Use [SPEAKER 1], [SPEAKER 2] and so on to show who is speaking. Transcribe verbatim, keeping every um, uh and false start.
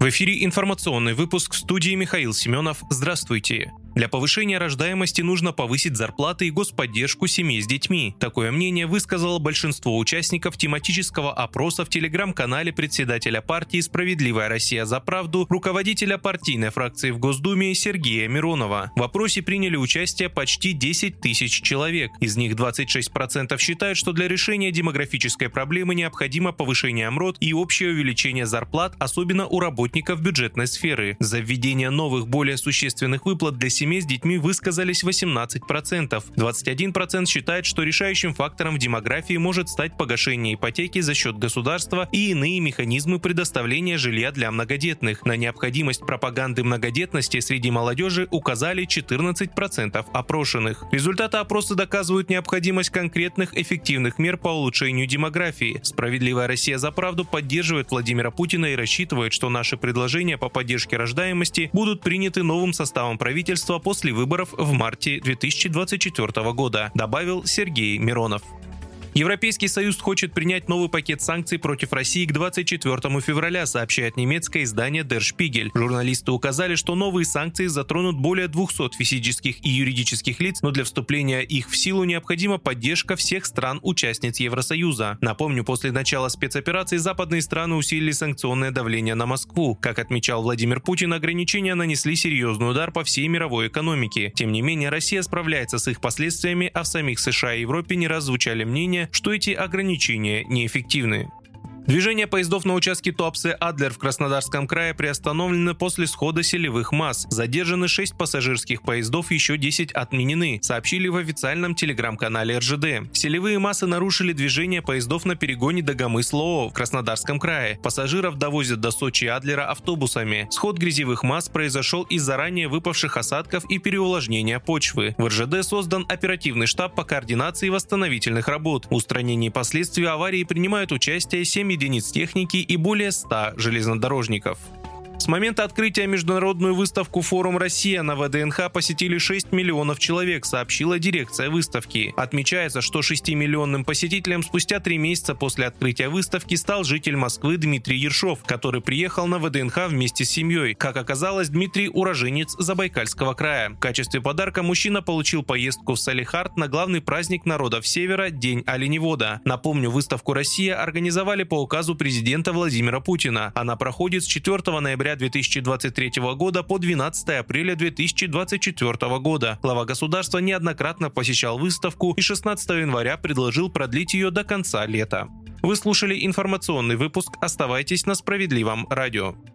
[SPEAKER 1] В эфире информационный выпуск, в студии Михаил Семенов. Здравствуйте. Для повышения рождаемости нужно повысить зарплаты и господдержку семей с детьми. Такое мнение высказало большинство участников тематического опроса в телеграм-канале председателя партии «Справедливая Россия за правду», руководителя партийной фракции в Госдуме Сергея Миронова. В опросе приняли участие почти десять тысяч человек. Из них двадцать шесть процентов считают, что для решения демографической проблемы необходимо повышение МРОТ и общее увеличение зарплат, особенно у работников бюджетной сферы. За введение новых, более существенных выплат для семей с детьми высказались восемнадцать процентов. двадцать один процент считает, что решающим фактором в демографии может стать погашение ипотеки за счет государства и иные механизмы предоставления жилья для многодетных. На необходимость пропаганды многодетности среди молодежи указали четырнадцать процентов опрошенных. Результаты опроса доказывают необходимость конкретных эффективных мер по улучшению демографии. «Справедливая Россия за правду» поддерживает Владимира Путина и рассчитывает, что наши предложения по поддержке рождаемости будут приняты новым составом правительства после выборов в марте две тысячи двадцать четвёртого года, добавил Сергей Миронов. Европейский Союз хочет принять новый пакет санкций против России к двадцать четвёртому февраля, сообщает немецкое издание Der Spiegel. Журналисты указали, что новые санкции затронут более двухсот физических и юридических лиц, но для вступления их в силу необходима поддержка всех стран-участниц Евросоюза. Напомню, после начала спецоперации западные страны усилили санкционное давление на Москву. Как отмечал Владимир Путин, ограничения нанесли серьезный удар по всей мировой экономике. Тем не менее, Россия справляется с их последствиями, а в самих США и Европе не раз звучали мнения, что эти ограничения неэффективны. Движение поездов на участке Туапсе-Адлер в Краснодарском крае приостановлено после схода селевых масс. Задержаны шесть пассажирских поездов, еще десять отменены, сообщили в официальном телеграм-канале эр жэ дэ. Селевые массы нарушили движение поездов на перегоне Дагомыс-Лоо в Краснодарском крае. Пассажиров довозят до Сочи и Адлера автобусами. Сход грязевых масс произошел из-за ранее выпавших осадков и переувлажнения почвы. В эр жэ дэ создан оперативный штаб по координации восстановительных работ. В устранении последствий аварии принимают участие семь единиц техники и более ста железнодорожников. С момента открытия международную выставку «Форум Россия» на вэ дэ эн ха посетили шесть миллионов человек, сообщила дирекция выставки. Отмечается, что шестимиллионным посетителем спустя три месяца после открытия выставки стал житель Москвы Дмитрий Ершов, который приехал на вэ дэ эн ха вместе с семьей. Как оказалось, Дмитрий – уроженец Забайкальского края. В качестве подарка мужчина получил поездку в Салехард на главный праздник народов Севера – День оленевода. Напомню, выставку «Россия» организовали по указу президента Владимира Путина. Она проходит с четвёртого ноября две тысячи двадцать третьего года по двенадцатое апреля две тысячи двадцать четвёртого года. Глава государства неоднократно посещал выставку и шестнадцатого января предложил продлить ее до конца лета. Вы слушали информационный выпуск. Оставайтесь на Справедливом радио.